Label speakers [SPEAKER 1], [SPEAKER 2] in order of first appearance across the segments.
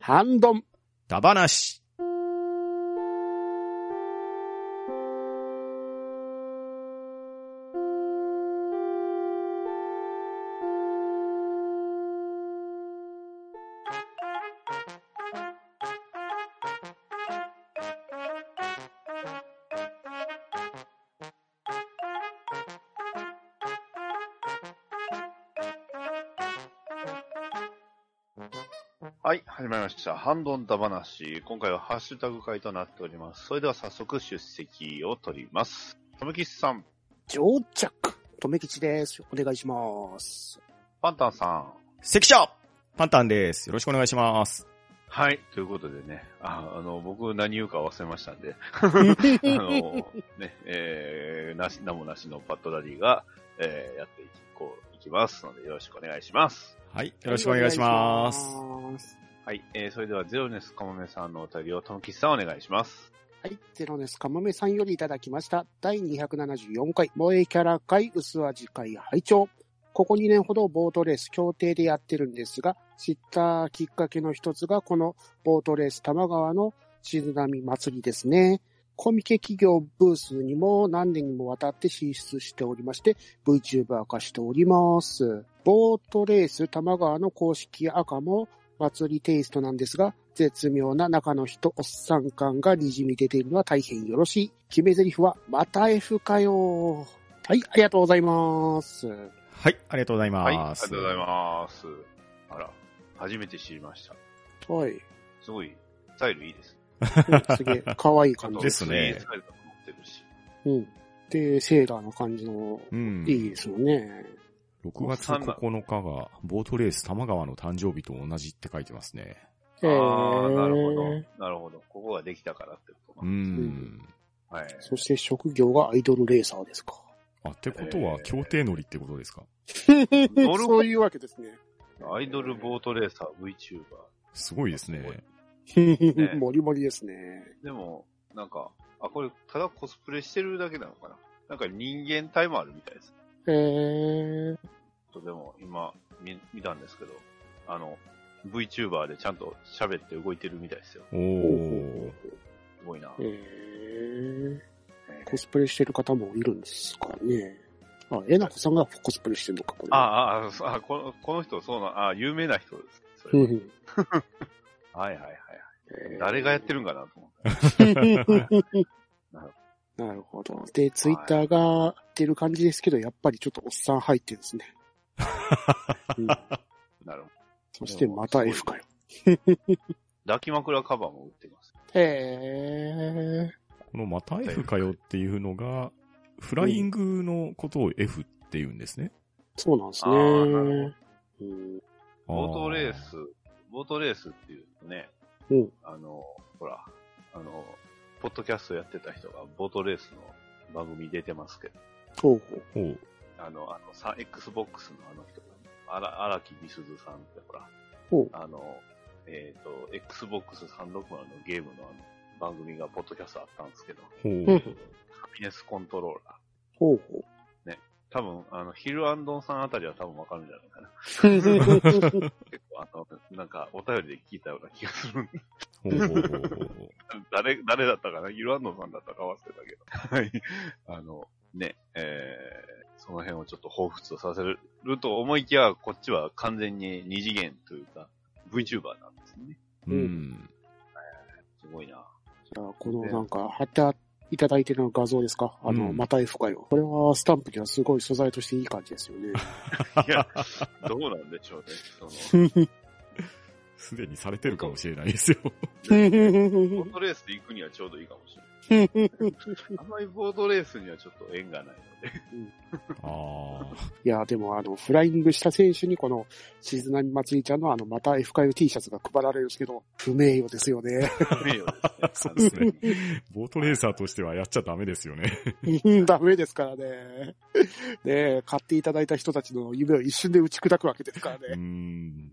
[SPEAKER 1] ハンドン
[SPEAKER 2] ダバナシ。
[SPEAKER 3] はい、始まりました。ハンドンダ話。今回はハッシュタグ会となっております。それでは早速出席を取ります。とめきちさん。
[SPEAKER 1] 上着とめきちです。お願いします。
[SPEAKER 3] パンタンさん。
[SPEAKER 2] 関所パンタンです。よろしくお願いします。
[SPEAKER 3] はい、ということでね、僕何言うか忘れましたんで、なもなしのパッドダディが、やっていきますので、よろしくお願いします。
[SPEAKER 2] はい、よろしくお願いします。
[SPEAKER 3] はい、それではゼロネスカモメさんのお便りをともきちさんお願いします。
[SPEAKER 1] はい、ゼロネスカモメさんよりいただきました。第274回、萌えキャラ会薄味会拝聴。ここ2年ほどボートレース協定でやってるんですが、知ったきっかけの一つがこのボートレース玉川の静波祭りですね。コミケ企業ブースにも何年にもわたって進出しておりまして、VTuber 化しております。ボートレース玉川の公式赤も祭りテイストなんですが、絶妙な中の人おっさん感が滲み出ているのは大変よろしい。決め台詞はまた F かよ。はい、ありがとうございます。
[SPEAKER 2] はい、ありがとうございます。
[SPEAKER 3] はい、ありがとうございます。あら、初めて知りました。
[SPEAKER 1] はい。
[SPEAKER 3] すごい、スタイルいいです。
[SPEAKER 1] すげえ、可愛い感じ
[SPEAKER 2] ですね。
[SPEAKER 3] スタイルとか持ってるし。
[SPEAKER 1] うん。で、セーラーの感じの、いいですよね。
[SPEAKER 2] 6月9日が、ボートレース玉川の誕生日と同じって書いてますね。
[SPEAKER 3] ああ、なるほど。なるほど。ここができたからってこと
[SPEAKER 1] はい。そして職業がアイドルレーサーですか。
[SPEAKER 2] あ、ってことは、協定乗りってことですか。
[SPEAKER 1] そういうわけですね。
[SPEAKER 3] アイドルボートレーサー VTuber。
[SPEAKER 2] すごいですね。
[SPEAKER 1] もりもりですね。
[SPEAKER 3] でも、なんか、これ、ただコスプレしてるだけなのかな。なんか人間体もあるみたいです。でも、今、見たんですけど、VTuber でちゃんと喋って動いてるみたいですよ。
[SPEAKER 2] おー。
[SPEAKER 3] すごいな。
[SPEAKER 1] コスプレしてる方もいるんですかね。あ、えなこさんがコスプレしてるのか、これ。
[SPEAKER 3] この人、そうな、有名な人です。それはいはいはい。誰がやってるんかなと思って。
[SPEAKER 1] なるほど。で、ツイッターが出る感じですけど、やっぱりちょっとおっさん入ってるんですね。
[SPEAKER 3] なるほど。
[SPEAKER 1] そしてまた F かよ。
[SPEAKER 3] 抱き枕カバーも売ってます。
[SPEAKER 2] このまた F かよっていうのが、フライングのことを F って言うんですね。
[SPEAKER 1] そうなんですね。
[SPEAKER 3] ボートレースっていうとね、ほら、ポッドキャストやってた人がボートレースの番組出てますけど。Xbox の人が、荒木美鈴さんってほら、Xbox 360のゲームの番組がポッドキャストあったんですけど、ハピネスコントローラー。ね。多分、ヒルアンドンさんあたりは多分わかるんじゃないかな。結構、なんか、お便りで聞いたような気がする。誰だったかな、ヒルアンドンさんだったか忘れたけど。はい。ね、その辺をちょっと彷彿とさせると思いきや、こっちは完全に二次元というか、VTuber なんですね。すごいな。
[SPEAKER 1] じゃあ、このなんか、貼っていただいてるの画像ですか？また F かよ。これはスタンプにはすごい素材としていい感じですよね。
[SPEAKER 3] いや、どうなんでしょうね。
[SPEAKER 2] すでにされてるかもしれないですよ。
[SPEAKER 3] ボートレースで行くにはちょうどいいかもしれない。あんまりボートレースにはちょっと縁がないので。
[SPEAKER 1] いや、でもフライングした選手にこの、静波まつりちゃんのまた F かよ T シャツが配られるんですけど、不名誉ですよね。
[SPEAKER 3] 不名誉ですね。
[SPEAKER 2] そうですね。ボートレーサーとしてはやっちゃダメですよね。
[SPEAKER 1] ダメですからね。ね、買っていただいた人たちの夢を一瞬で打ち砕くわけですからね。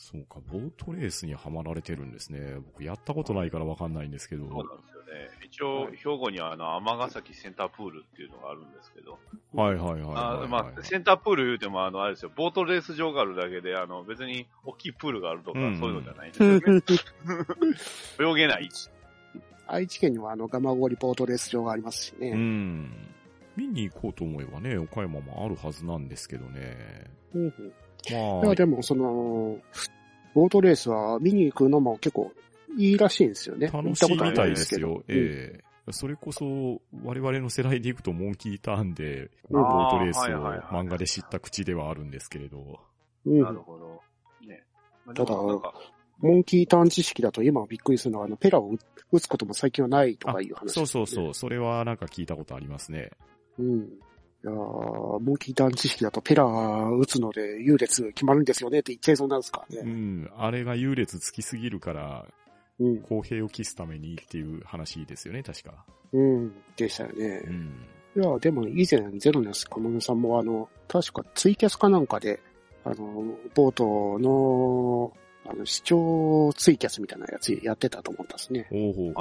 [SPEAKER 2] そうか、ボートレースにはまられてるんですね。僕やったことないからわかんないんですけど。
[SPEAKER 3] そうなんですよね。一応、兵庫には尼崎センタープールっていうのがあるんですけど。
[SPEAKER 2] はいはいはい。
[SPEAKER 3] まあ、センタープール言うても、あれですよ、ボートレース場があるだけで、別に大きいプールがあるとか、そういうのじゃないんですよね。泳げない。
[SPEAKER 1] 愛知県には蒲郡ボートレース場がありますしね。
[SPEAKER 2] 見に行こうと思えばね、岡山もあるはずなんですけどね。
[SPEAKER 1] まあ。いや、でもボートレースは見に行くのも結構いいらしいんですよね。
[SPEAKER 2] 楽しいみたいですよ。それこそ、我々の世代で行くとモンキーターンで、ボートレースを漫画で知った口ではあるんですけれど。
[SPEAKER 3] なるほど。ね。
[SPEAKER 1] ただ、モンキーターン知識だと今びっくりするのは、ペラを打つことも最近はないとかいう話、ね。
[SPEAKER 2] そう。それはなんか聞いたことありますね。
[SPEAKER 1] いやモンキーターン知識だとペラ打つので優劣決まるんですよねって言っちゃいそうなんですかね。
[SPEAKER 2] あれが優劣つきすぎるから、公平を期すためにっていう話ですよね、確か。
[SPEAKER 1] でしたよね。いや、でも以前ゼロネスかもめさんも確かツイキャスかなんかで、ボートの、視聴ツイキャスみたいなやつやってたと思ったんですね。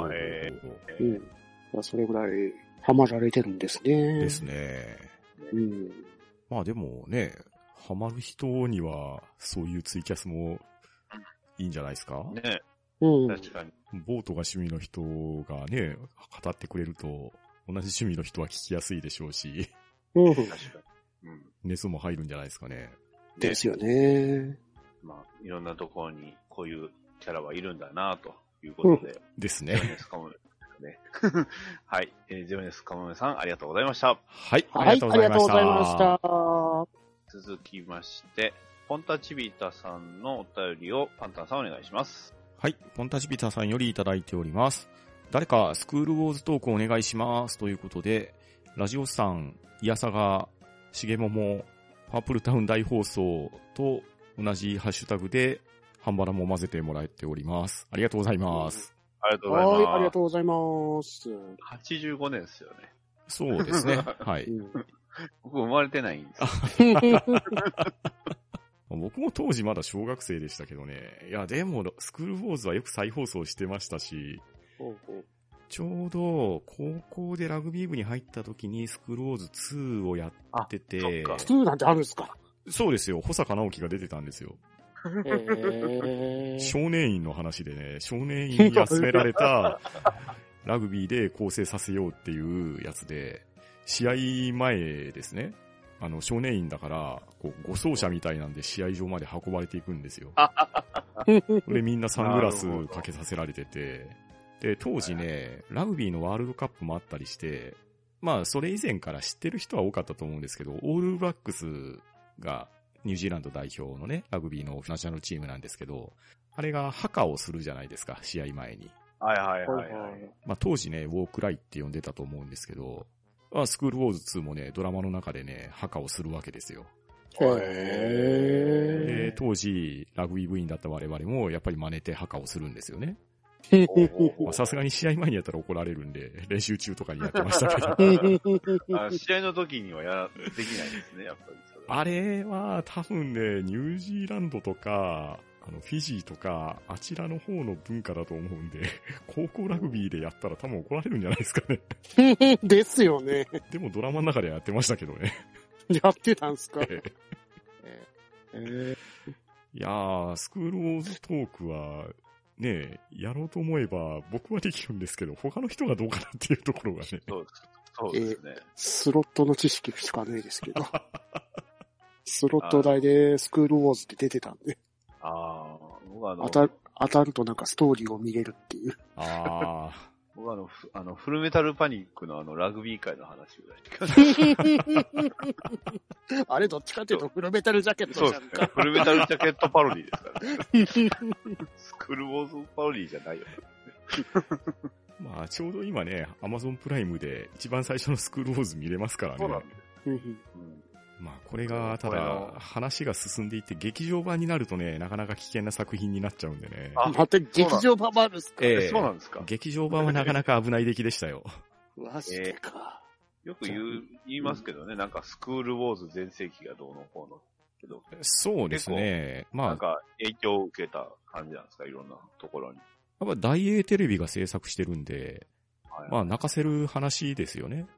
[SPEAKER 1] それぐらいハマられてるんですね。
[SPEAKER 2] ですね。まあでもね、ハマる人にはそういうツイキャスもいいんじゃないですか
[SPEAKER 3] ね。確かに。
[SPEAKER 2] ボートが趣味の人がね、語ってくれると、同じ趣味の人は聞きやすいでしょうし。
[SPEAKER 3] 確かに。
[SPEAKER 2] 熱も入るんじゃないですかね。
[SPEAKER 1] ですよね。
[SPEAKER 3] まあ、いろんなところにこういうキャラはいるんだなということで。
[SPEAKER 2] ですね。
[SPEAKER 3] はい。ゼロネスカモメさん、ありがとうございました。
[SPEAKER 2] はい。ありがとうございました。
[SPEAKER 3] 続きまして、ポンタチビタさんのお便りをパンタンさんお願いします。
[SPEAKER 2] はい。ポンタチビタさんよりいただいております。誰かスクールウォーズトークお願いしますということで、ラジオさん、イヤサガ、しげもも、パープルタウン大放送と同じハッシュタグで、ハンバラも混ぜてもらえております。ありがとうございます。
[SPEAKER 3] ありがとうございます。
[SPEAKER 1] ありがとうございます。
[SPEAKER 3] 85年ですよね。
[SPEAKER 2] そうですね。はい。
[SPEAKER 3] 僕生まれてないんです。
[SPEAKER 2] 僕も当時まだ小学生でしたけどね。いや、でも、スクールウォーズはよく再放送してましたし、ちょうど高校でラグビー部に入った時にスクールウォーズ2をやってて、
[SPEAKER 1] 2なんてあるんですか？
[SPEAKER 2] そうですよ。保坂直樹が出てたんですよ。少年院の話でね、少年院に集められたラグビーで構成させようっていうやつで、試合前ですね。少年院だから、護送車みたいなんで試合場まで運ばれていくんですよ。で、みんなサングラスかけさせられてて、で、当時ね、ラグビーのワールドカップもあったりして、まあ、それ以前から知ってる人は多かったと思うんですけど、オールブラックスがニュージーランド代表のね、ラグビーのナショナルチームなんですけど、あれがハカをするじゃないですか、試合前に。
[SPEAKER 3] ま
[SPEAKER 2] あ、当時ね、ウォークライって呼んでたと思うんですけど、スクールウォーズ2もね、ドラマの中でね、ハカをするわけですよ。で、当時、ラグビー部員だった我々も、やっぱり真似てハカをするんですよね。さすがに試合前にやったら怒られるんで、練習中とかにやってましたけ
[SPEAKER 3] ど。試合の時にはできないですね、やっぱり。
[SPEAKER 2] あれは多分ね、ニュージーランドとか、フィジーとか、あちらの方の文化だと思うんで、高校ラグビーでやったら多分怒られるんじゃないですかね。
[SPEAKER 1] ですよね。
[SPEAKER 2] でもドラマの中でやってましたけどね。
[SPEAKER 1] やってたんすか。い
[SPEAKER 2] やー、スクールウォーズトークは、ね、やろうと思えば僕はできるんですけど、他の人がどうかなっていうところがね。
[SPEAKER 3] そうですね。
[SPEAKER 1] スロットの知識しかないですけど。スロット台でスクールウォーズって出てたんで。当たるとなんかストーリーを見れるっていう。
[SPEAKER 3] 僕フルメタルパニックのラグビー界の話ぐらい。
[SPEAKER 1] あれどっちかっていうとフルメタルジャケットじゃんか。
[SPEAKER 3] そうですね。フルメタルジャケットパロディですからね。スクールウォーズパロディじゃないよね。
[SPEAKER 2] まあ、ちょうど今ね、アマゾンプライムで一番最初のスクールウォーズ見れますからね。
[SPEAKER 3] そうなんです。
[SPEAKER 2] まあ、これが、ただ、話が進んでいって劇場版になるとね、なかなか危険な作品になっちゃうんでね。
[SPEAKER 1] 待って、劇場版もあるんすか？
[SPEAKER 3] そうなんですか。
[SPEAKER 2] 劇場版はなかなか危ない出来でしたよ。
[SPEAKER 1] マジでか。
[SPEAKER 3] よく言いますけどね、なんかスクールウォーズ全盛期がどうのこうの。 けど。
[SPEAKER 2] そうですね。まあ。
[SPEAKER 3] なんか影響を受けた感じなんですか、いろんなところに。
[SPEAKER 2] やっぱ大英テレビが制作してるんで、
[SPEAKER 3] はい、
[SPEAKER 2] まあ泣かせる話ですよね。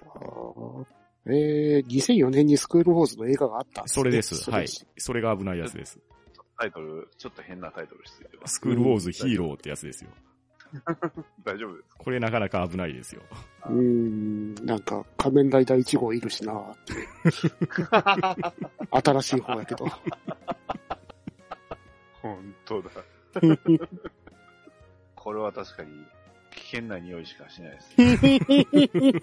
[SPEAKER 1] 2004年にスクールウォーズの映画があったんですね。
[SPEAKER 2] それです。はい。それが危ないやつです。
[SPEAKER 3] タイトル、ちょっと変なタイトルしててます。
[SPEAKER 2] スクールウォーズヒーローってやつですよ。
[SPEAKER 3] 大丈夫ですか？
[SPEAKER 2] これなかなか危ないですよ。
[SPEAKER 1] なんか仮面ライダー1号いるしなーって。新しい方やけど。
[SPEAKER 3] 本当だ。これは確かに危険な匂いしかしないですね。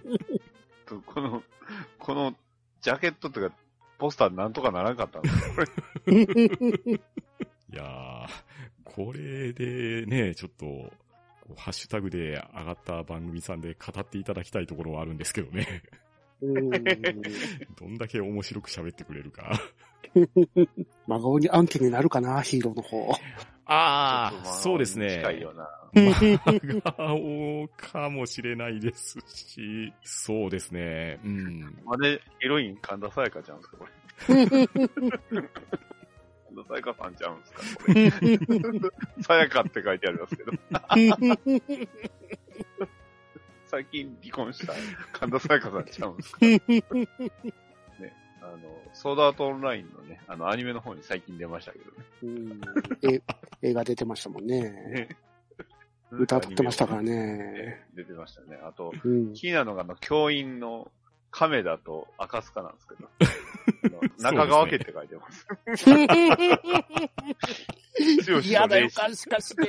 [SPEAKER 3] このジャケットとかポスターなんとかならんかったんですかこれ。
[SPEAKER 2] いやー、これでね、ちょっと、ハッシュタグで上がった番組さんで語っていただきたいところはあるんですけどね。どんだけ面白く喋ってくれるか。
[SPEAKER 1] 真顔に案件になるかな、ヒーローの方。
[SPEAKER 2] ああ、そうですね。
[SPEAKER 3] 近いよな。
[SPEAKER 2] 真顔かもしれないですし、そうですね。うん。
[SPEAKER 3] あれ、ヒロイン神田沙也加ちゃうんですか、これ。神田沙也加さんちゃうんですか、これ。沙也加って書いてありますけど。最近離婚した神田沙也加さんちゃうんですか。ね、ソードアートオンラインのね、アニメの方に最近出ましたけどね。
[SPEAKER 1] 映画出てましたもんね。歌歌ってましたからね。
[SPEAKER 3] 出てましたね。あと、気になるのが教員の亀田と赤塚なんですけど、中川家って書いてます。
[SPEAKER 1] 嫌だよ、しかしね。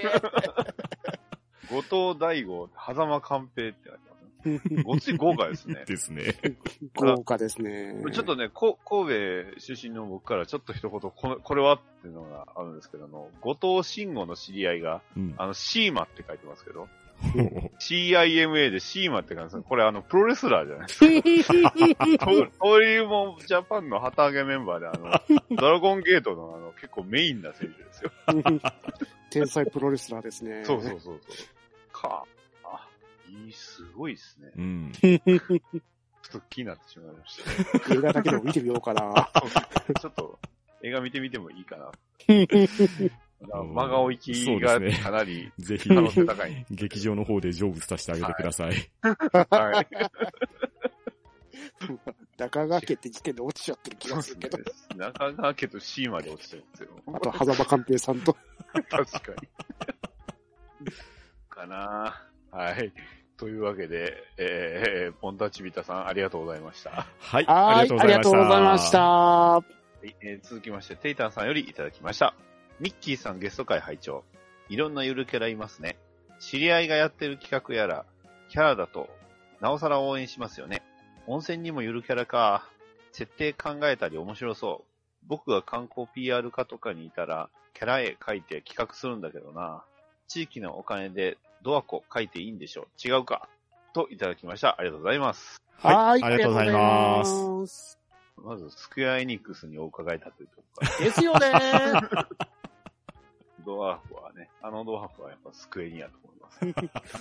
[SPEAKER 3] 後藤大吾、狭間寛平って書いてます。ごっつい豪華ですね。
[SPEAKER 2] ですね。
[SPEAKER 1] 豪華ですね。
[SPEAKER 3] ちょっとね、神戸出身の僕からちょっと一言、これはっていうのがあるんですけど、後藤慎吾の知り合いが、シーマって書いてますけど、CIMA でシーマって書いてます。これプロレスラーじゃないですか。登竜門ジャパンの旗揚げメンバーで、ドラゴンゲートの結構メインな選手ですよ。
[SPEAKER 1] 天才プロレスラーですね。
[SPEAKER 3] そう。すごいですね。ちょっと気になってしまいました。
[SPEAKER 1] 映画だけでも見てみようかな。
[SPEAKER 3] ちょっと映画見てみてもいいかな。真顔行きがかなり
[SPEAKER 2] ぜひ
[SPEAKER 3] 可能性高い。
[SPEAKER 2] 劇場の方で成仏させてあげてください。
[SPEAKER 3] はい。
[SPEAKER 1] 中川家って時点で落ちちゃってる気がするけど。
[SPEAKER 3] 中川家と C まで落ちてるんですよ。
[SPEAKER 1] あと、狭間寛平さんと。
[SPEAKER 3] 確かに。かなはい。というわけで、ポンタチビタさんありがとうございました。
[SPEAKER 2] はい。ありがとうございました。
[SPEAKER 1] はい、
[SPEAKER 3] 続きまして、テイタンさんよりいただきました。ミッキーさんゲスト会拝聴。いろんなゆるキャラいますね。知り合いがやってる企画やら、キャラだと、なおさら応援しますよね。温泉にもゆるキャラか。設定考えたり面白そう。僕が観光 PR 課とかにいたら、キャラ絵描いて企画するんだけどな。地域のお金でドアコ描いていいんでしょう。違うか。といただきました。ありがとうございます。
[SPEAKER 1] はい。
[SPEAKER 2] ありがとうございます。
[SPEAKER 3] まず、スクエアエニックスにお伺い立てるとか。
[SPEAKER 1] ですよね
[SPEAKER 3] ドワーフはね、ドワーフはやっぱスクエニやと思います。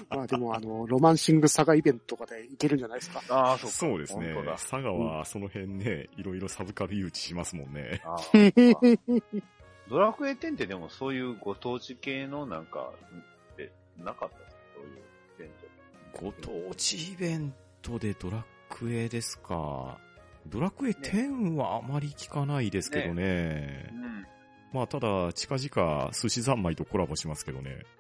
[SPEAKER 1] まあでもロマンシングサガイベントとかでいけるんじゃないですか。
[SPEAKER 3] ああ、
[SPEAKER 2] そうですね。サガはその辺ね、いろいろサブカル誘致しますもんね。
[SPEAKER 3] ドラクエ10ってでもそういうご当地系のなんか、なかったですか？そういうイベン
[SPEAKER 2] ト。ご当地イベントでドラクエですか。ドラクエ10はあまり聞かないですけどね。まあ、ただ、近々、寿司三昧とコラボしますけどね。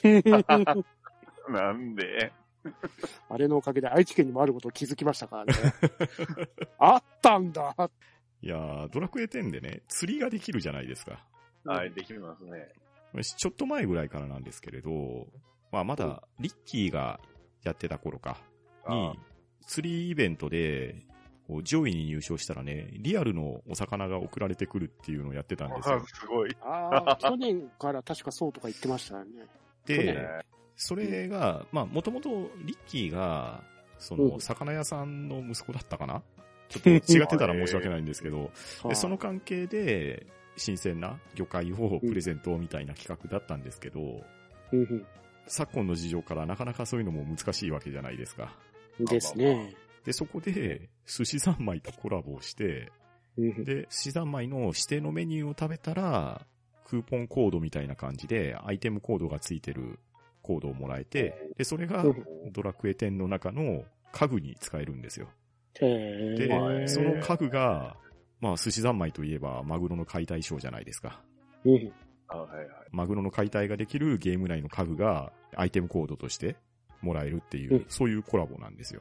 [SPEAKER 3] なんで
[SPEAKER 1] あれのおかげで愛知県にもあることを気づきましたからね。あったんだ。
[SPEAKER 2] いやー、ドラクエ10でね、釣りができるじゃないですか。
[SPEAKER 3] はい、できますね。
[SPEAKER 2] ちょっと前ぐらいからなんですけれど、まあ、まだ、リッキーがやってた頃か、に、釣りイベントで、上位に入賞したらね、リアルのお魚が送られてくるっていうのをやってたんですよ。
[SPEAKER 3] すごい。
[SPEAKER 1] 去年から確かそうとか言ってましたよね。
[SPEAKER 2] で、それが、まあ、もともとリッキーが、魚屋さんの息子だったかな？ちょっと違ってたら申し訳ないんですけど、でその関係で、新鮮な魚介をプレゼントみたいな企画だったんですけど、昨今の事情からなかなかそういうのも難しいわけじゃないですか。
[SPEAKER 1] ですね。
[SPEAKER 2] で、そこで、寿司三昧とコラボをして、 で、寿司三昧の指定のメニューを食べたら、クーポンコードみたいな感じで、アイテムコードがついてるコードをもらえて、で、それがドラクエ10の中の家具に使えるんですよ。で、その家具が、まあ、寿司三昧といえば、マグロの解体ショーじゃないですか。マグロの解体ができるゲーム内の家具が、アイテムコードとしてもらえるっていう、そういうコラボなんですよ。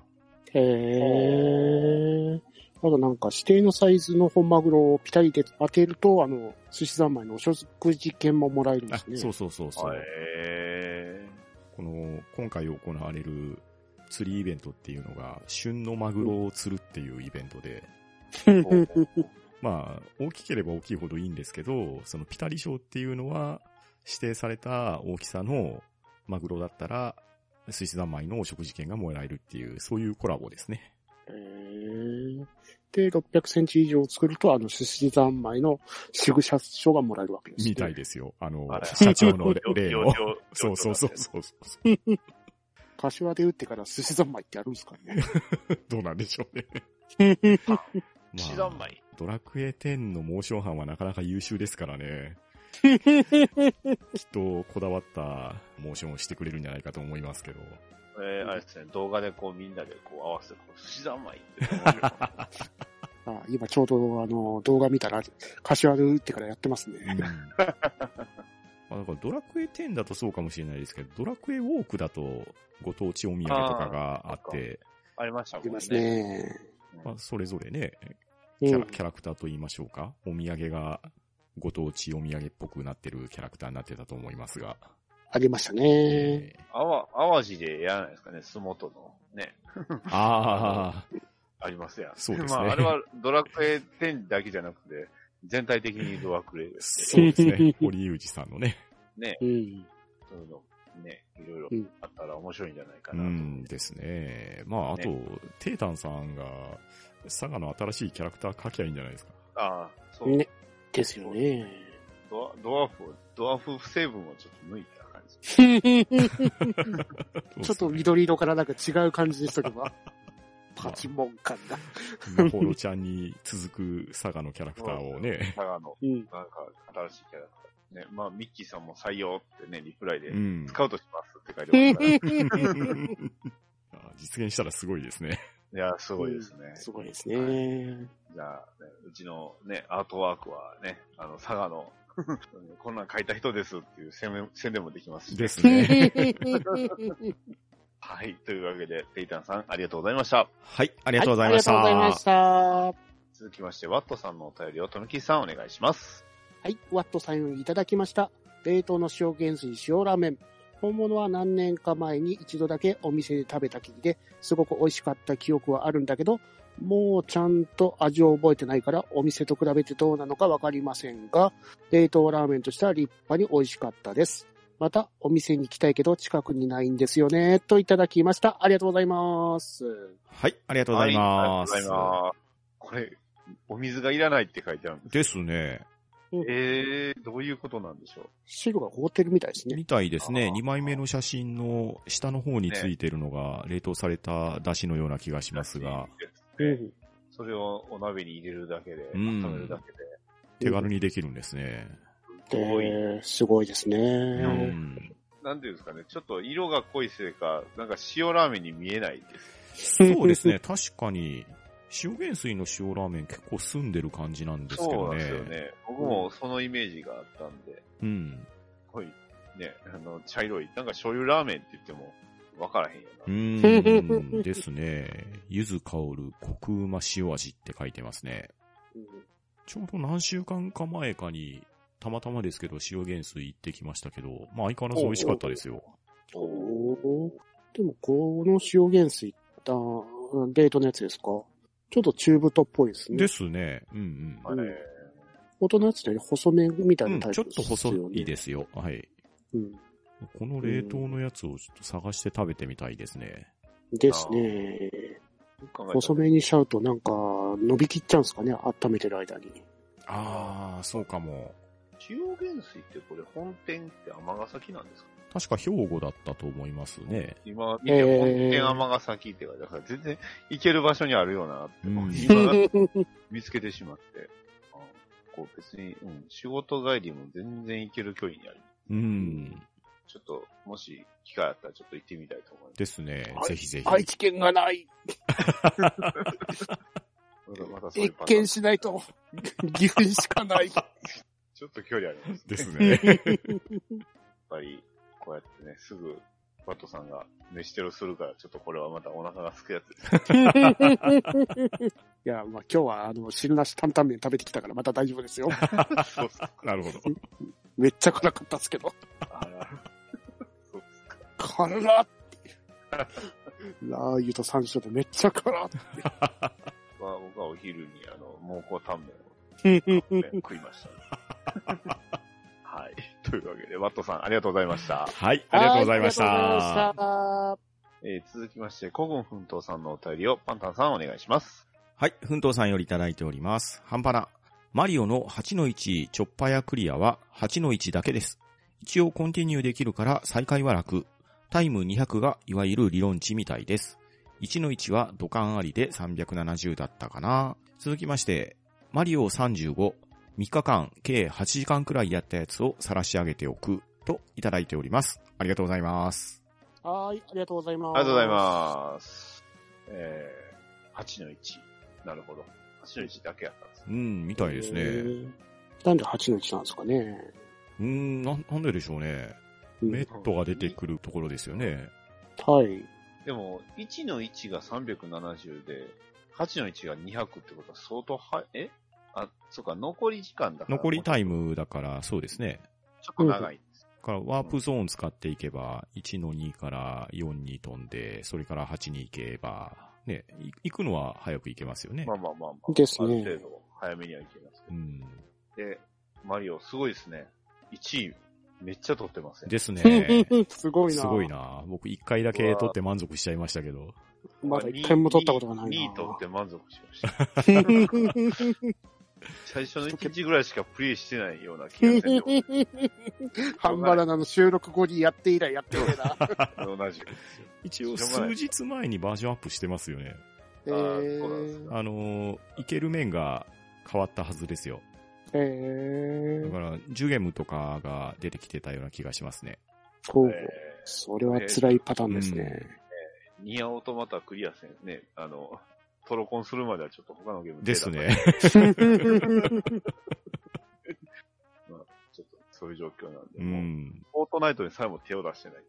[SPEAKER 1] あとなんか指定のサイズの本マグロをピタリで当てると、寿司三昧のお食事券ももらえるんですね。
[SPEAKER 2] そう。今回行われる釣りイベントっていうのが、旬のマグロを釣るっていうイベントで、まあ、大きければ大きいほどいいんですけど、そのピタリ賞っていうのは、指定された大きさのマグロだったら、寿司三昧のお食事券がもらえるっていう、そういうコラボですね。
[SPEAKER 1] で、600センチ以上作ると、寿司三昧の仕草書がもらえるわけですね。
[SPEAKER 2] みたいですよ。社長の例の。そう。
[SPEAKER 1] 柏で打ってから寿司三昧ってあるんですかね。
[SPEAKER 2] どうなんでしょうね。
[SPEAKER 3] 寿司三昧。
[SPEAKER 2] ドラクエ10のモーション班はなかなか優秀ですからね。きっとこだわったモーションをしてくれるんじゃないかと思いますけど。
[SPEAKER 3] あれですね、動画でみんなで合わせて、寿司三昧って。
[SPEAKER 1] 今ちょうど動画見たら、柏で打ってからやってますね。
[SPEAKER 2] だからドラクエ10だとそうかもしれないですけど、ドラクエウォークだとご当地お土産とかがあって、
[SPEAKER 3] ありましたもんね。
[SPEAKER 1] ありますね。
[SPEAKER 2] それぞれね、キャラクターと言いましょうか、お土産がご当地お土産っぽくなってるキャラクターになってたと思いますが。
[SPEAKER 1] ありましたね。
[SPEAKER 3] 淡路でやらないですかね、洲本のね。ありますやん。
[SPEAKER 2] そうですね。
[SPEAKER 3] あれはドラクエ10だけじゃなくて、全体的にドラクエです
[SPEAKER 2] ね。そうですね。堀裕二さんのね。
[SPEAKER 3] ね。そういうの、ね、いろいろあったら面白いんじゃないかなと。
[SPEAKER 2] ですね。あと、テータンさんが、佐賀の新しいキャラクター描きゃいいんじゃないですか。
[SPEAKER 1] そう。ね。ですよね。
[SPEAKER 3] ドワーフ成分をちょっと抜いた感じ。
[SPEAKER 1] ちょっと緑色からなんか違う感じにしとけば。パチモン感が。
[SPEAKER 2] まほろちゃんに続く佐賀のキャラクターをね。
[SPEAKER 3] 佐賀の、なんか新しいキャラクター。ね、ミッキーさんも採用ってね、リプライで、スカウトしますって書いてますから。
[SPEAKER 2] 実現したらすごいですね。
[SPEAKER 3] いや、すごいですね。
[SPEAKER 1] すごいですね。
[SPEAKER 3] じゃあ、うちのね、アートワークはね、佐賀の、こんなん書いた人ですっていう宣伝もできますし。
[SPEAKER 2] ですね。
[SPEAKER 3] はい。というわけで、テイタンさん、ありがとうございました。
[SPEAKER 2] はい、ありがとうございました。
[SPEAKER 1] ありがとうございました。
[SPEAKER 3] 続きまして、ワットさんのお便りを、とめきさんお願いします。
[SPEAKER 1] はい、ワットさんよりいただきました。冷凍の塩原水塩ラーメン。本物は何年か前に一度だけお店で食べたきりですごく美味しかった記憶はあるんだけど、もうちゃんと味を覚えてないからお店と比べてどうなのかわかりませんが、冷凍ラーメンとしては立派に美味しかったです。またお店に行きたいけど近くにないんですよね、といただきました。ありがとうございます。
[SPEAKER 2] はい、ありがとうございます。
[SPEAKER 3] ありがとうございます。これ、お水がいらないって書いてあるんです
[SPEAKER 2] ですね。
[SPEAKER 3] どういうことなんでしょう。
[SPEAKER 1] 汁が凍ってるみたいですね。
[SPEAKER 2] みたいですね。2枚目の写真の下の方についてるのが冷凍された出汁のような気がしますが。
[SPEAKER 3] それをお鍋に入れるだけで、温めるだけで。
[SPEAKER 2] 手軽にできるんですね。
[SPEAKER 1] すごいですね。
[SPEAKER 3] なんていうんですかね、ちょっと色が濃いせいか、なんか塩ラーメンに見えないです。
[SPEAKER 2] そうですね、確かに。塩原水の塩ラーメン結構澄んでる感じなんですけどね。
[SPEAKER 3] そうですよね。僕もそのイメージがあったんで。濃い。ね、茶色い。なんか醤油ラーメンって言っても分からへんよ
[SPEAKER 2] な。ですね。柚子香るコクうま塩味って書いてますね。ちょうど何週間か前かに、たまたまですけど塩原水行ってきましたけど、相変わらず美味しかったですよ。
[SPEAKER 1] でもこの塩原水冷凍のやつですか？ちょっと中太っぽいですね。
[SPEAKER 2] ですね。
[SPEAKER 1] 元のやつより細めみたいなタイプ
[SPEAKER 2] ですよね。ちょっと細いですよ。はい。この冷凍のやつをちょっと探して食べてみたいですね。
[SPEAKER 1] ですね。細めにしちゃうとなんか伸びきっちゃうんですかね、温めてる間に。
[SPEAKER 2] そうかも。
[SPEAKER 3] 塩原水ってこれ本店って尼崎なんですか？
[SPEAKER 2] 確か兵庫だったと思いますね。
[SPEAKER 3] 今見て、本店尼崎って書いてあるから、全然行ける場所にあるようなって、今見つけてしまって、こう別に、仕事帰りも全然行ける距離にある。ちょっと、もし機会あったらちょっと行ってみたいと思います。
[SPEAKER 2] ですね。ぜひぜひ。
[SPEAKER 1] 愛知県がない。一見しないと、岐阜にしかない。
[SPEAKER 3] ちょっと距離あります。
[SPEAKER 2] ですね。
[SPEAKER 3] やっぱり、こうやってね、すぐ、バットさんが飯テロするから、ちょっとこれはまたお腹がすくやつです。
[SPEAKER 1] いや、まあ今日は汁なし担々麺食べてきたからまた大丈夫ですよ。
[SPEAKER 2] そうっすか。なるほど。
[SPEAKER 1] めっちゃ辛かったっすけど。そうっすか。辛っラー油と山椒でめっちゃ辛って。
[SPEAKER 3] 僕はお昼に蒙古タンメンを食いました、ね。はい。というわけで、ワットさんありがとうございました。
[SPEAKER 2] はい、ありがとうございました。
[SPEAKER 3] 続きまして、古軍奮闘さんのお便りをパンタンさんお願いします。
[SPEAKER 2] はい、奮闘さんよりいただいております。半端な。マリオの8-1チョッパやクリアは8-1だけです。一応コンティニューできるから再開は楽。タイム200がいわゆる理論値みたいです。1-1は土管ありで370だったかな。続きまして、マリオ35、3日間計8時間くらいやったやつを晒し上げておくといただいております。ありがとうございます。
[SPEAKER 1] はい、ありがとうございます。
[SPEAKER 3] ありがとうございます。8-1。なるほど。8-1だけやったんですね。
[SPEAKER 2] みたいですね。
[SPEAKER 1] なんで8-1なんですかね。
[SPEAKER 2] なんででしょうね。メットが出てくるところですよね。
[SPEAKER 1] はい。
[SPEAKER 3] でも、1-1が370で、8-1が200ってことは相当そうか、残り時間だから。
[SPEAKER 2] 残りタイムだから、そうですね。
[SPEAKER 3] ちょっと長いんです。
[SPEAKER 2] だからワープゾーン使っていけば、1-2から4に飛んで、それから8に行けば、ね、行くのは早く行けますよね。
[SPEAKER 3] まあ。
[SPEAKER 1] ですね。
[SPEAKER 3] ある程度早めには行けますけど。で、マリオすごいですね。1位、めっちゃ取ってますね。
[SPEAKER 2] ですね。
[SPEAKER 1] すごいな。
[SPEAKER 2] すごいな。僕1回だけ取って満足しちゃいましたけど。
[SPEAKER 1] まだ1回も取ったことがないな。
[SPEAKER 3] 2位取って満足しました。最初の1日ぐらいしかプレイしてないような気がする。
[SPEAKER 1] ハンバナナの収録後にやって以来やってるな。
[SPEAKER 3] 同じくですよ。
[SPEAKER 2] 一応数日前にバージョンアップしてますよね。
[SPEAKER 3] そうなんですか。
[SPEAKER 2] いける面が変わったはずですよ。だから、ジュゲムとかが出てきてたような気がしますね。
[SPEAKER 1] それは辛いパターンですね。
[SPEAKER 3] ニアオートマタクリアせんね。トロコンするまではちょっと他のゲーム
[SPEAKER 2] ですね。
[SPEAKER 3] まあ、ちょっとそういう状況なんで、もうフォートナイトにさえも手を出してない。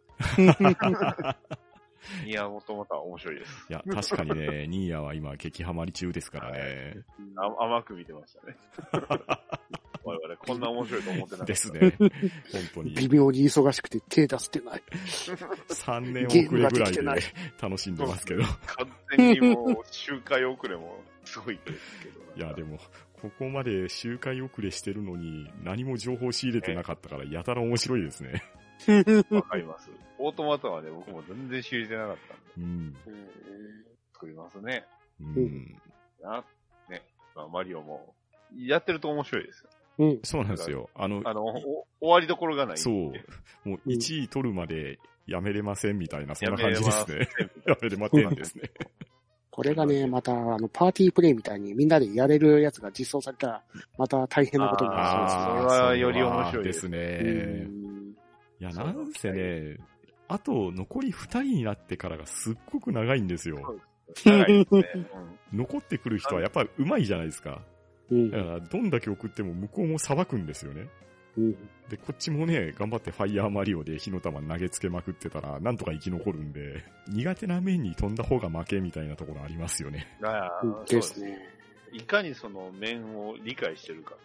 [SPEAKER 3] ニアオートマタは面白いです。
[SPEAKER 2] いや、確かにね、ニーヤは今激ハマり中ですからね。
[SPEAKER 3] 甘く見てましたね。我々こんな面白いと思ってなかった。
[SPEAKER 2] ですね。本当に。
[SPEAKER 1] 微妙に忙しくて手出してない。
[SPEAKER 2] 3年遅れぐらいで楽しんでますけど。
[SPEAKER 3] 完全にもう周回遅れもすごいですけど。
[SPEAKER 2] いや、でも、ここまで周回遅れしてるのに何も情報仕入れてなかったからやたら面白いですね。
[SPEAKER 3] わかります。オートマタはね、僕も全然仕入れてなかったんで。作りますね。ね、まあ、マリオも、やってると面白いですよ。
[SPEAKER 2] そうなんですよ。
[SPEAKER 3] 終わりどころがない。
[SPEAKER 2] そう。もう1位取るまでやめれませんみたいな、そんな感じですね。やめれませんですね。
[SPEAKER 1] これがね、また、パーティープレイみたいにみんなでやれるやつが実装されたら、また大変なことになりそうです。
[SPEAKER 3] それはより面白いです
[SPEAKER 2] ね。いや、なんせね、あと残り2人になってからがすっごく長いんですよ。
[SPEAKER 3] 長いですね。
[SPEAKER 2] 残ってくる人はやっぱり上手いじゃないですか。だから、どんだけ送っても向こうも裁くんですよね。で、こっちもね、頑張ってファイヤーマリオで火の玉投げつけまくってたら、なんとか生き残るんで、苦手な面に飛んだ方が負けみたいなところありますよね。
[SPEAKER 1] ですね。
[SPEAKER 3] いかにその面を理解してるか。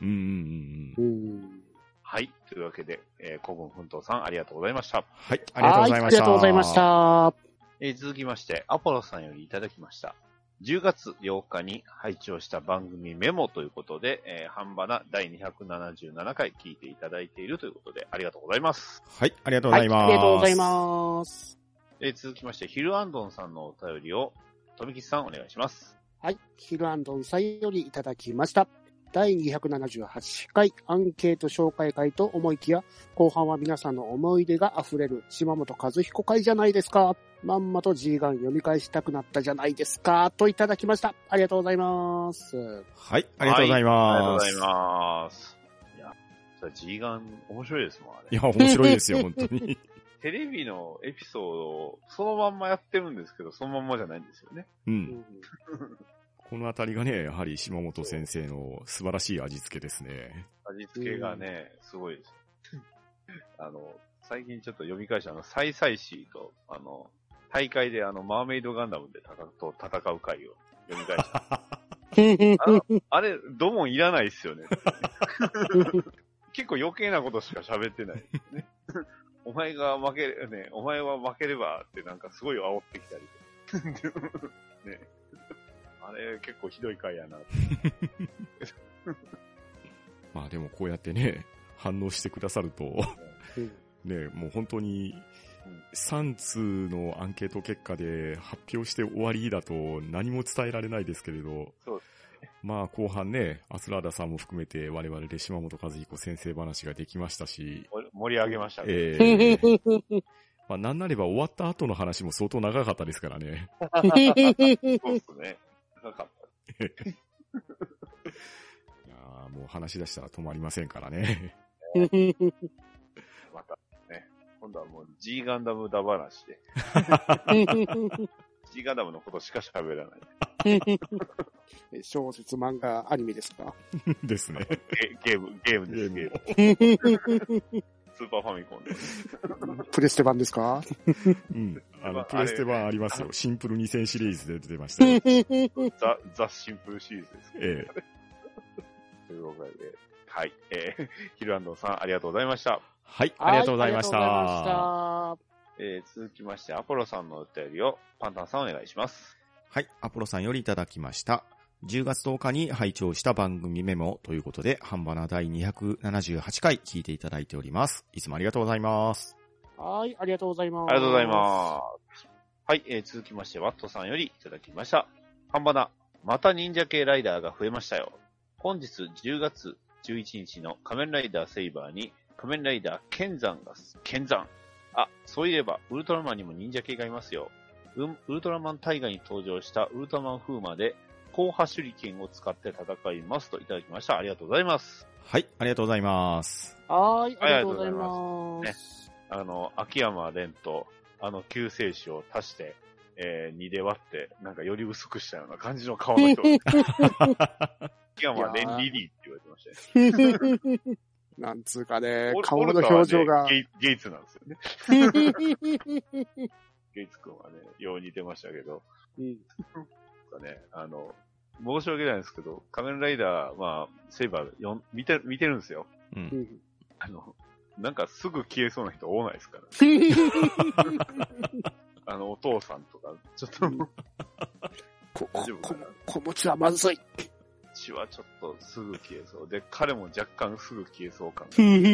[SPEAKER 3] はい。というわけで、古文奮闘さんありがとうございました。
[SPEAKER 2] はい。ありがとうございました。
[SPEAKER 1] ありがとうございました。
[SPEAKER 3] 続きまして、アポロさんよりいただきました。10月8日に配聴した番組メモということで、半ばな第277回聞いていただいているということで、ありがとうございます。
[SPEAKER 2] はい、ありがとうございます。
[SPEAKER 1] ありがとうございます。
[SPEAKER 3] 続きまして、ヒルアンドンさんのお便りを、富吉さんお願いします。
[SPEAKER 1] はい、ヒルアンドンさんよりいただきました。 第278回アンケート紹介会と思いきや、後半は皆さんの思い出が溢れる島本和彦会じゃないですか。まんまと G ガン読み返したくなったじゃないですか。といただきました。ありがとうございます。
[SPEAKER 2] はい、ありがとうございます。
[SPEAKER 3] ありがとうございます。いや、G ガン面白いですもん、あれ。
[SPEAKER 2] いや、面白いですよ、本当に。
[SPEAKER 3] テレビのエピソードをそのまんまやってるんですけど、そのまんまじゃないんですよね。
[SPEAKER 2] うん。このあたりがね、やはり島本先生の素晴らしい味付けですね。
[SPEAKER 3] 味付けがね、すごいです。最近ちょっと読み返したサイサイシーと、大会でマーメイドガンダムで戦う回を読み返した。あれ、ドモンいらないっすよね。結構余計なことしか喋ってない、ね。お前は負ければってなんかすごい煽ってきたり。ね。あれ結構ひどい回やなって。
[SPEAKER 2] まあでもこうやってね、反応してくださると、ね、もう本当に3通のアンケート結果で発表して終わりだと何も伝えられないですけれど、
[SPEAKER 3] そう
[SPEAKER 2] まあ後半ね、アスラーダさんも含めて我々で島本和彦先生話ができましたし、
[SPEAKER 3] 盛り上げましたね。
[SPEAKER 2] まあなんなれば終わった後の話も相当長かったですからね。
[SPEAKER 3] そうですね。長かった。い
[SPEAKER 2] やもう話し出したら止まりませんからね。
[SPEAKER 3] またね、今度はもう G ガンダムだ話で。G ガンダムのことしか喋らない。
[SPEAKER 1] 小説、漫画、アニメですか？
[SPEAKER 2] ですね。
[SPEAKER 3] ゲームです、ゲーム。スーパーファミコンで。
[SPEAKER 1] プレステ版ですか？
[SPEAKER 2] うん。プレステ版ありますよ。シンプル2000シリーズで出てましたよ。
[SPEAKER 3] ザ・シンプルシリーズです。ということで、はい。ヒルアンドさん、ありがとうございました。
[SPEAKER 2] はい、ありがとうございました。
[SPEAKER 3] 続きまして、アポロさんのお便りをパンタンさんお願いします。
[SPEAKER 2] はい、アポロさんよりいただきました。10月10日に拝聴した番組メモということで、ハンバナ第278回聞いていただいております。いつもありがとうございます。
[SPEAKER 1] はい、ありがとうございます。
[SPEAKER 3] ありがとうございます。はい、続きまして、ワットさんよりいただきました。ハンバナ、また忍者系ライダーが増えましたよ。本日10月11日の仮面ライダーセイバーに仮面ライダー剣山が、あ、そういえばウルトラマンにも忍者系がいますよ。ウルトラマンタイガに登場したウルトラマン風魔で、後波手裏剣を使って戦いますといただきました。ありがとうございます。
[SPEAKER 2] はい、ありがとうございます。
[SPEAKER 1] はい、ありがとうございます。
[SPEAKER 3] ね、秋山蓮と、救世主を足して、2で割って、なんかより薄くしたような感じの顔の人。秋山蓮リリーって言われてましたね。
[SPEAKER 1] なんつうかね、顔の表情が。
[SPEAKER 3] ゲイツなんですよね。ゲイツくんはね、よう似てましたけど。
[SPEAKER 1] うん。
[SPEAKER 3] ね、申し訳ないんですけど、仮面ライダー、まあ、セイバー見てるんですよ。
[SPEAKER 2] うん。
[SPEAKER 3] なんかすぐ消えそうな人多ないですから。お父さんとか、ちょっと、大丈夫かな。
[SPEAKER 1] 子持ちはまずい。
[SPEAKER 3] 血はちょっとすぐ消えそう。で、彼も若干すぐ消えそうか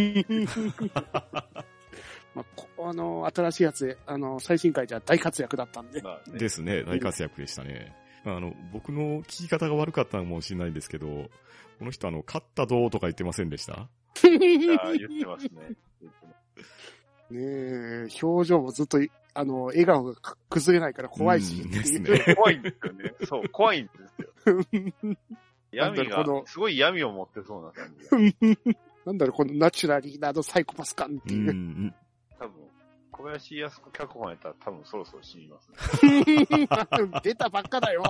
[SPEAKER 1] な。新しいやつ、最新回じゃ大活躍だったんで。
[SPEAKER 3] まあね、
[SPEAKER 2] ですね、大活躍でしたね。僕の聞き方が悪かったのかもしれないんですけど、この人勝ったぞとか言ってませんでした？
[SPEAKER 3] 言ってますね。
[SPEAKER 1] ねえ、表情もずっと、笑顔が崩れないから怖いし。
[SPEAKER 2] ですね。
[SPEAKER 3] 怖いんですよね。そう、怖いんですよ。闇が、すごい闇を持ってそうな感じ。
[SPEAKER 1] なんだろう、このナチュラリーなサイコパス感っていう。
[SPEAKER 3] 多分、小林靖子脚本やったら多分そろそろ死にますね。
[SPEAKER 1] 出たばっかだよ。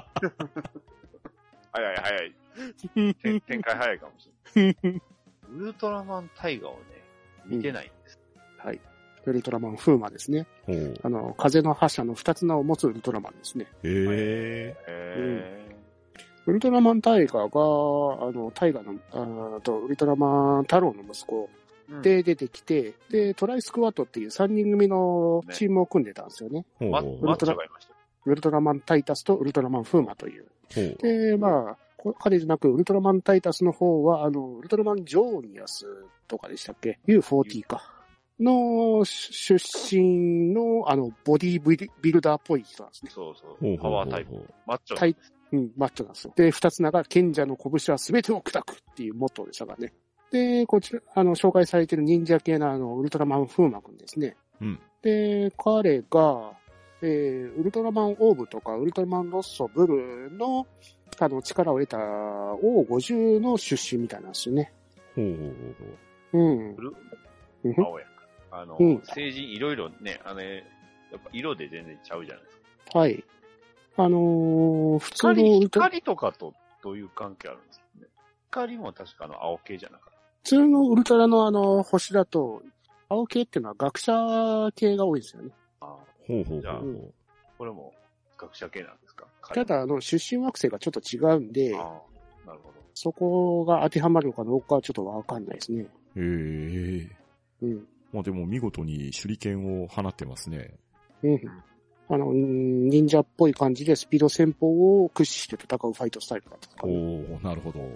[SPEAKER 3] 早い。展開早いかもしれない。ウルトラマンタイガをね、見てないんです。
[SPEAKER 1] はい。ウルトラマン風魔ですね。風の覇者の2つ名を持つウルトラマンですね。ウルトラマンタイガが、タイガの、ウルトラマン太郎の息子で出てきて、で、トライスクワットっていう3人組のチームを組んでたんですよね。
[SPEAKER 3] マッチョがいました。
[SPEAKER 1] ウルトラマンタイタスとウルトラマン風魔という。で、まあ、彼じゃなく、ウルトラマンタイタスの方は、ウルトラマンジョーニアスとかでしたっけ？ U40 か。の出身の、ボディービルダーっぽい人なんですね。
[SPEAKER 3] そう。パワータイプ。マッチョ。
[SPEAKER 1] マッチョなんですよ。で、二つ名が賢者の拳は全てを砕くっていうモットーでしたからね。で、こちら、紹介されている忍者系のウルトラマン風磨くんですね。で、彼が、ウルトラマンオーブとかウルトラマンロッソブルの、力を得た O50 の出身みたいなんですよね。
[SPEAKER 3] 青や。成人いろいろね、やっぱ色で全然ちゃうじゃないですか。
[SPEAKER 1] はい。普通の
[SPEAKER 3] 光とかとどういう関係あるんですかね。光も確か青系じゃなかった。
[SPEAKER 1] 普通のウルトラの星だと、青系っていうのは学者系が多いですよね。
[SPEAKER 3] じゃあ、これも学者系なんですか。
[SPEAKER 1] ただ、出身惑星がちょっと違うんで、
[SPEAKER 3] なるほど。
[SPEAKER 1] そこが当てはまるのかどうかはちょっとわかんないですね。
[SPEAKER 2] まあでも見事に手裏剣を放ってますね。
[SPEAKER 1] 忍者っぽい感じでスピード戦法を駆使して戦うファイトスタイルだったかな。
[SPEAKER 2] なるほど。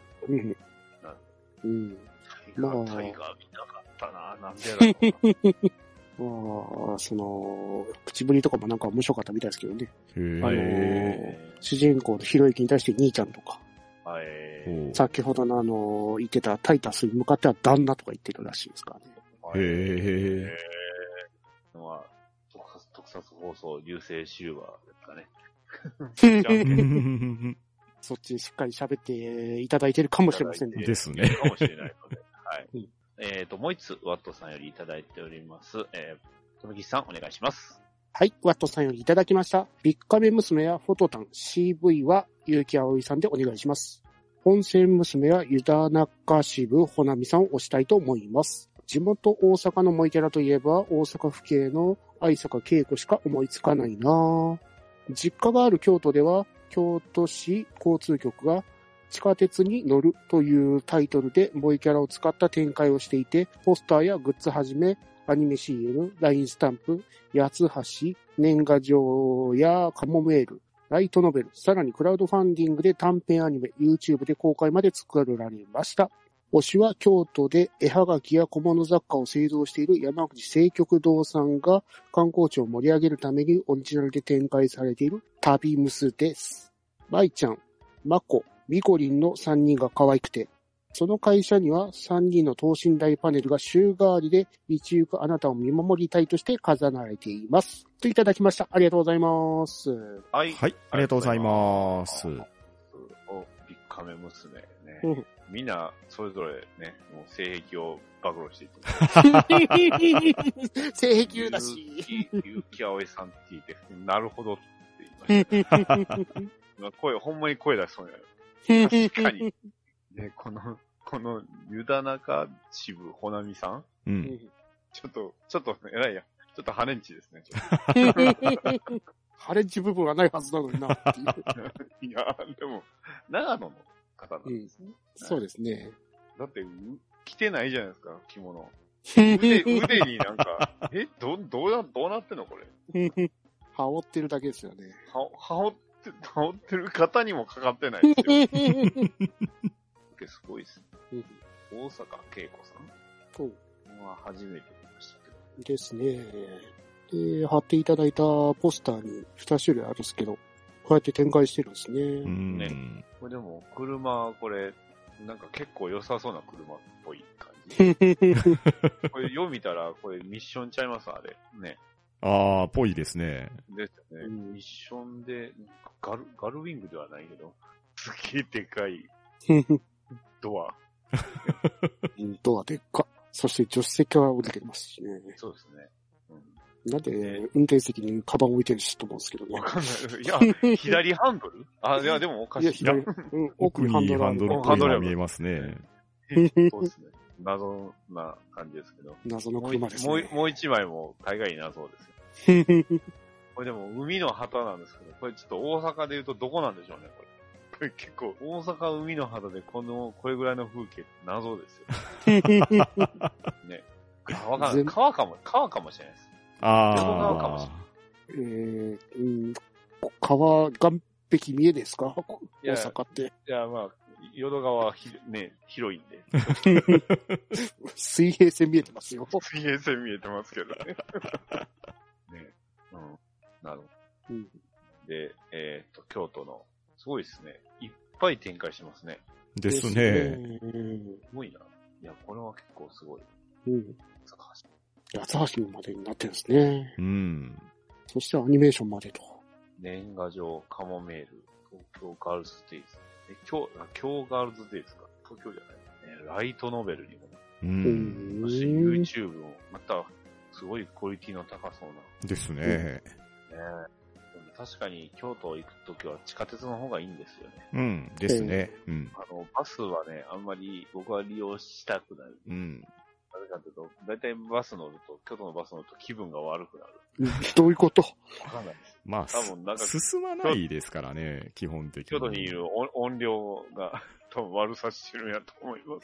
[SPEAKER 3] タイガー見なかったな。なんでや
[SPEAKER 1] ろう。口ぶりとかもなんか面白かったみたいですけどね。主人公のひろゆきに対して兄ちゃんとか。先ほどの言ってたタイタスに向かっては旦那とか言ってるらしいですからね。
[SPEAKER 3] 特撮放送、流星シルバーですか
[SPEAKER 1] ね。そっちしっかり喋っていただいてるかもしれませんね。
[SPEAKER 2] ですね。
[SPEAKER 3] かもしれないので。はい。もう一つ、ワットさんよりいただいております。とめきさん、お願いします。
[SPEAKER 1] はい、ワットさんよりいただきました。ビッカメ娘やフォトタン CV は結城葵さんでお願いします。本線娘は湯田中渋穂波さんを推したいと思います。地元大阪の萌えキャラといえば大阪府警の愛坂恵子しか思いつかないなぁ。実家がある京都では京都市交通局が地下鉄に乗るというタイトルで萌えキャラを使った展開をしていて、ポスターやグッズはじめアニメ CM、LINE スタンプ、八つ橋、年賀状やカモメール、ライトノベル、さらにクラウドファンディングで短編アニメ、YouTube で公開まで作られました。推しは京都で絵はがきや小物雑貨を製造している山口清極堂さんが観光地を盛り上げるためにオリジナルで展開されている旅ムスです。舞ちゃん、まこ、みこりんの3人が可愛くて、その会社には3人の等身大パネルが週替わりで道行くあなたを見守りたいとして飾られています。といただきました。ありがとうございます。
[SPEAKER 2] はい。ありがとうございます。
[SPEAKER 3] ビッカメ娘ね。みんな、それぞれね、もう性癖を暴露してい
[SPEAKER 1] て。性癖言うだし。
[SPEAKER 3] 結城葵さんって聞いて、なるほどって言いました。ほんまに声出しそうになる。確かに。ね、この、湯田中渋穂波さんちょっと、偉いや。ちょっとハレンチですね。
[SPEAKER 1] ハレンチ部分はないはずなのになっていう。
[SPEAKER 3] いや、でも、長野の方なんですね。
[SPEAKER 1] そうですね。
[SPEAKER 3] だって、着てないじゃないですか、着物。腕になんか、どうなってんのこれ。
[SPEAKER 1] 羽織ってるだけですよね。
[SPEAKER 3] 羽織ってる方にもかかってないですよ。すごいですね。大阪恵子さん初めて見ましたけど。
[SPEAKER 1] ですね。で、貼っていただいたポスターに2種類あるんですけど、こうやって展開してるんですね。
[SPEAKER 3] これでも、これ、なんか結構良さそうな車っぽい感じ。これ、よう見たら、これミッションちゃいますあれ。ね。
[SPEAKER 2] ぽいですね。
[SPEAKER 3] ですよね。ミッションで、ガルウィングではないけど、すげえでかいドア。
[SPEAKER 1] ドアでっか。そして助手席は置いてますしね。
[SPEAKER 3] そうですね。
[SPEAKER 1] なんで、運転席にカバン置いてるしと思うんですけどね。
[SPEAKER 3] わかんない。いや、左ハンドルいや、でもおかしい。
[SPEAKER 2] 奥にハンドルが見えますね。
[SPEAKER 3] そうですね。謎な感じですけど。
[SPEAKER 1] 謎の車ですね。
[SPEAKER 3] もう一枚も大概謎ですよ。これでも海の旗なんですけど、これちょっと大阪で言うとどこなんでしょうね、これ。これ結構、大阪海の旗でこれぐらいの風景って謎ですよ。ね。川かもしれないです。川かもしれない。
[SPEAKER 1] 川、岸壁見えですか大阪って。
[SPEAKER 3] いや、まあ、淀川は広いんで。
[SPEAKER 1] 水平線見えてますよ。
[SPEAKER 3] 水平線見えてますけどね。なるほど。で、京都の、 すごいですね。いっぱい展開しますね。
[SPEAKER 2] ですね。
[SPEAKER 3] すごいな。いや、これは結構すごい。
[SPEAKER 1] うん。八つ橋までになってるんですね。
[SPEAKER 2] うん。
[SPEAKER 1] そしてアニメーションまでと。
[SPEAKER 3] 年賀状、カモメール、東京ガールズデイズ。今日ガールズデイズか。東京じゃないね。ライトノベルにも。
[SPEAKER 2] うん。
[SPEAKER 3] そして YouTube も、また、すごいクオリティの高そうな。
[SPEAKER 2] ですね。
[SPEAKER 3] ね確かに京都行くときは地下鉄の方がいいんですよね。
[SPEAKER 2] うん、ですね。うん。
[SPEAKER 3] バスはね、あんまり僕は利用したくない。
[SPEAKER 2] うん。
[SPEAKER 3] なぜかというと、だいたいバス乗ると、京都のバス乗ると気分が悪くなる。
[SPEAKER 1] どういうこと？
[SPEAKER 3] わかんないです。
[SPEAKER 2] まあ、多分なんか進まないですからね、基本的に。
[SPEAKER 3] 京都にいる音量が多分悪さしてるんやと思います。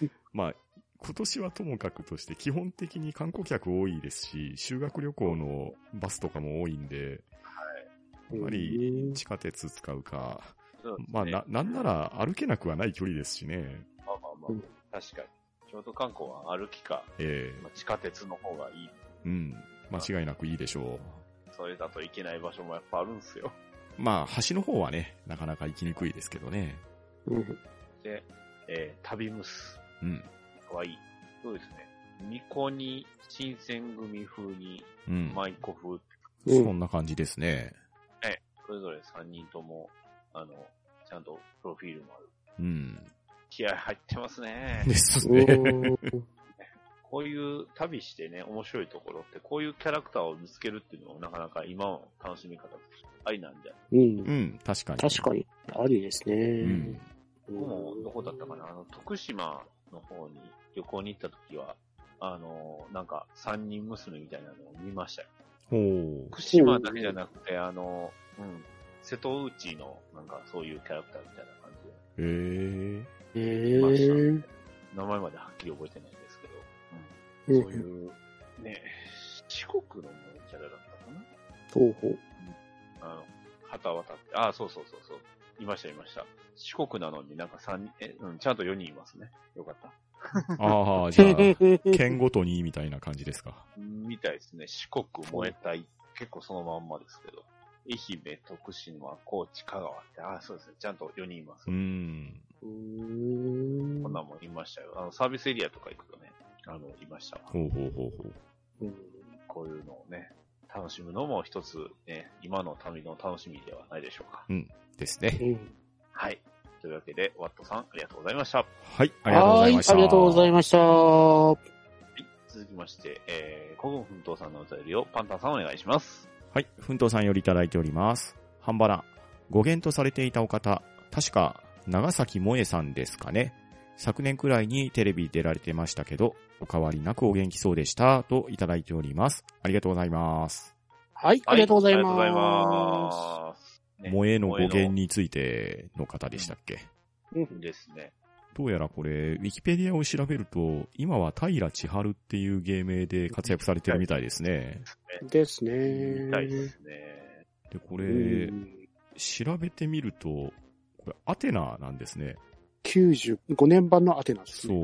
[SPEAKER 2] まあ、今年はともかくとして、基本的に観光客多いですし、修学旅行のバスとかも多いんで、やっぱり地下鉄使うか、まあなんなら歩けなくはない距離ですしね。
[SPEAKER 3] まあ、確かに。京都観光は歩きか、地下鉄の方がいい。
[SPEAKER 2] うん、間違いなくいいでしょ
[SPEAKER 3] う。それだと行けない場所もやっぱあるんですよ。
[SPEAKER 2] まあ、橋の方はね、なかなか行きにくいですけどね。
[SPEAKER 3] で、旅ムス。
[SPEAKER 2] うん。
[SPEAKER 3] かわいい。そうですね。ニコに新選組風に、舞妓風、
[SPEAKER 2] そんな感じですね。
[SPEAKER 3] それぞれ3人とも、ちゃんとプロフィールもある。
[SPEAKER 2] うん。
[SPEAKER 3] 気合入ってますね。
[SPEAKER 2] ですね。
[SPEAKER 3] こういう旅してね、面白いところって、こういうキャラクターを見つけるっていうのもなかなか今の楽しみ方としてありなんじゃない？
[SPEAKER 1] うん、
[SPEAKER 2] 確かに。
[SPEAKER 1] 確かに。ありですね。
[SPEAKER 3] 僕もどこだったかな、徳島の方に旅行に行った時は、なんか三人娘みたいなのを見ましたよ。徳島だけじゃなくて、瀬戸内のなんかそういうキャラクターみたいな感じで。見ました。名前まではっきり覚えてないんですけど、そういう、ね、四国のキャラだったかな。
[SPEAKER 1] ほうほう。
[SPEAKER 3] 旗渡って、そう。いました。四国なのになんかちゃんと4人いますね。よかった。
[SPEAKER 2] ああ、じゃあ、県ごとにみたいな感じですか。
[SPEAKER 3] みたいですね。四国燃えたい。結構そのまんまですけど。愛媛、徳島、高知、香川って、そうですね。ちゃんと4人います。こんなんもいましたよ。サービスエリアとか行くとね、いましたわ。
[SPEAKER 2] ほう。
[SPEAKER 3] こういうのをね、楽しむのも一つ、ね、今の旅の楽しみではないでしょうか。
[SPEAKER 2] ですね。
[SPEAKER 3] はい。というわけで、ワットさん、ありがとうございました。
[SPEAKER 2] はい、ありがとうございました。
[SPEAKER 1] ありがとうございました。
[SPEAKER 3] はい、続きまして、古軍奮闘さんのお便りをパンタンさんお願いします。
[SPEAKER 2] はい、奮闘さんよりいただいております。半ばら、語源とされていたお方、確か、長崎萌えさんですかね。昨年くらいにテレビ出られてましたけど、お変わりなくお元気そうでした、といただいております。ありがとうございます。
[SPEAKER 1] はい、ありがとうございます。
[SPEAKER 3] ありがとうございます。
[SPEAKER 2] 萌えの語源についての方でしたっけ？
[SPEAKER 3] ですね。
[SPEAKER 2] どうやらこれ、ウィキペディアを調べると、今は平千春っていう芸名で活躍されてるみたいですね。
[SPEAKER 1] ですね。
[SPEAKER 3] みたいですね。
[SPEAKER 2] で、これ、調べてみると、これ、アテナなんですね。
[SPEAKER 1] 95年版のアテナですね。
[SPEAKER 2] そう。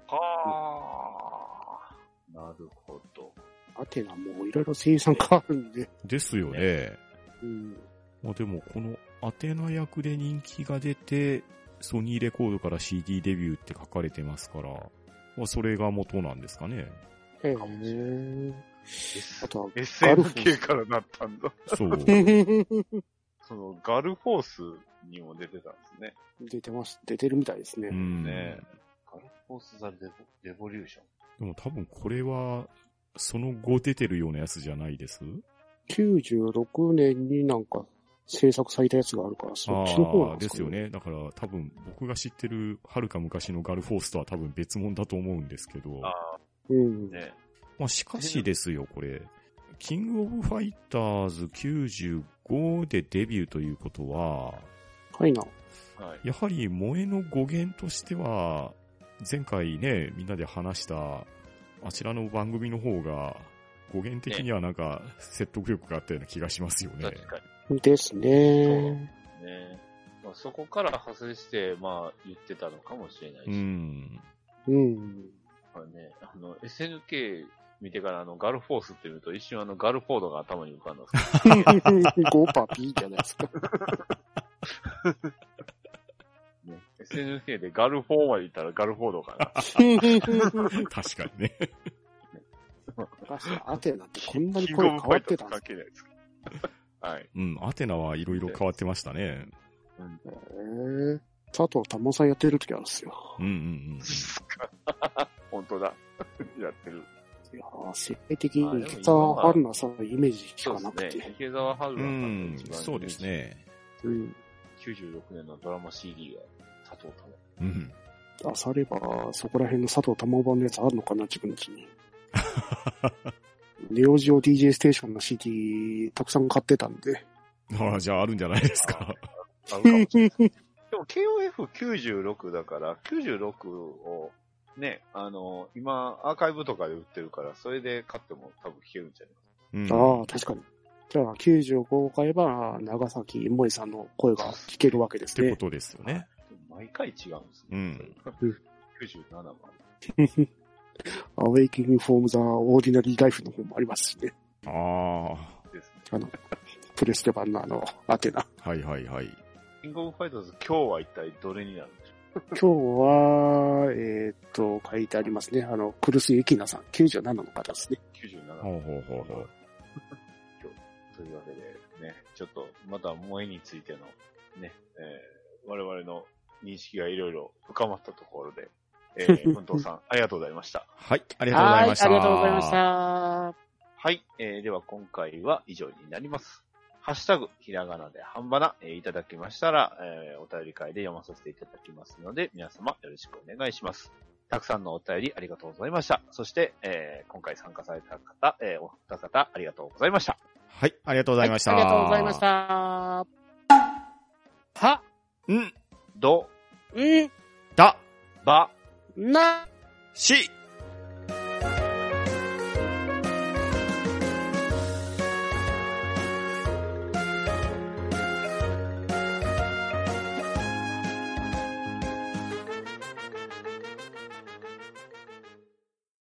[SPEAKER 3] なるほど。
[SPEAKER 1] アテナもいろいろ声優さん変わるんで。
[SPEAKER 2] ですよね。まあ、でも、このアテナ役で人気が出て、ソニーレコードから CD デビューって書かれてますから、まあ、それが元なんですかね。
[SPEAKER 1] へ
[SPEAKER 3] かもしれない。
[SPEAKER 1] あとは、
[SPEAKER 3] SNK からなったんだ。
[SPEAKER 2] そう。
[SPEAKER 3] その、ガルフォースにも出てたんですね。
[SPEAKER 1] 出てるみたいですね。
[SPEAKER 3] ねガルフォースザレボリューション。
[SPEAKER 2] でも多分これは、その後出てるようなやつじゃないです？
[SPEAKER 1] 96年になんか制作されたやつがあるから、そっちの方なんですかね。
[SPEAKER 2] ですよね。だから多分僕が知ってるはるか昔のガルフォースとは多分別物だと思うんですけど。
[SPEAKER 3] ね。
[SPEAKER 2] まあしかしですよ、これ。キングオブファイターズ95でデビューということは、
[SPEAKER 1] はいな。
[SPEAKER 2] やはり萌えの語源としては、前回ね、みんなで話した、あちらの番組の方が、語源的にはなんか説得力があったような気がしますよね。
[SPEAKER 3] 確か
[SPEAKER 1] に。ですね。
[SPEAKER 3] ね。まあ、そこから派生して、まあ言ってたのかもしれないし。まあね、SNK 見てからガルフォースって見ると一瞬ガルフォードが頭に浮かんだんですけど。
[SPEAKER 1] ゴーパーピーじゃないですか。
[SPEAKER 3] ね、SNK でガルフォーまで行ったらガルフォードかな。
[SPEAKER 2] 確かにね。
[SPEAKER 1] 確かアテナってこんなに声変わってたんですか？
[SPEAKER 3] 関係ないですか。はい。
[SPEAKER 2] うん、アテナはいろいろ変わってましたね。
[SPEAKER 1] 佐藤珠さんやってる時あるんですよ。
[SPEAKER 2] うんうんうん。
[SPEAKER 3] 本当だ。やってる。
[SPEAKER 1] いやー、世界的に池澤春菜さんのイメージしかなくて。
[SPEAKER 3] 池澤春菜さんの一番
[SPEAKER 2] そうですね。
[SPEAKER 1] うん。
[SPEAKER 3] 96年のドラマ CD が佐藤珠。
[SPEAKER 2] うん。
[SPEAKER 1] あされば、そこら辺の佐藤珠版のやつあるのかな、自分家に。ネオジオ DJ ステーションの CD たくさん買ってたんで。
[SPEAKER 2] ああ、じゃああるんじゃないですか。
[SPEAKER 3] あるかもしれない。でも KOF96 だから、96をね、今アーカイブとかで売ってるから、それで買っても多分聞けるんじゃない
[SPEAKER 1] かな。ああ、確かに。じゃあ95を買えば、長崎萌さんの声が聞けるわけですね。
[SPEAKER 2] ってことですよね。
[SPEAKER 3] 毎回違うんですね。
[SPEAKER 2] うん。
[SPEAKER 3] 97もあ
[SPEAKER 1] る。Awakening from the Ordinary Life の方もありますしね。
[SPEAKER 2] ああ。
[SPEAKER 3] ですね。
[SPEAKER 1] プレステ版のアテナ。
[SPEAKER 2] はいはいはい。
[SPEAKER 3] キングオブファイターズ今日は一体どれになるんでし
[SPEAKER 1] ょう？今日は、書いてありますね。クルスユキナさん、97の方ですね。
[SPEAKER 3] 97。
[SPEAKER 2] ほうほうほうほう。
[SPEAKER 3] 今日、というわけでね、ちょっと、また萌えについての、ね、我々の認識がいろいろ深まったところで、奮闘さん、ありがとうございました。
[SPEAKER 2] はい、ありがとうございました。
[SPEAKER 1] ありがとうございました。
[SPEAKER 3] はい、では今回は以上になります。ハッシュタグ、ひらがなで半ばな、いただきましたら、お便り会で読まさせていただきますので、皆様よろしくお願いします。たくさんのお便りありがとうございました。そして、今回参加された方、お二方ありがとうございました。
[SPEAKER 2] はい、ありがとうございました。
[SPEAKER 1] はい、ありがとうございました。は、
[SPEAKER 3] ん、ど、
[SPEAKER 1] ん、
[SPEAKER 2] だ、
[SPEAKER 3] ば、
[SPEAKER 1] な、
[SPEAKER 2] し、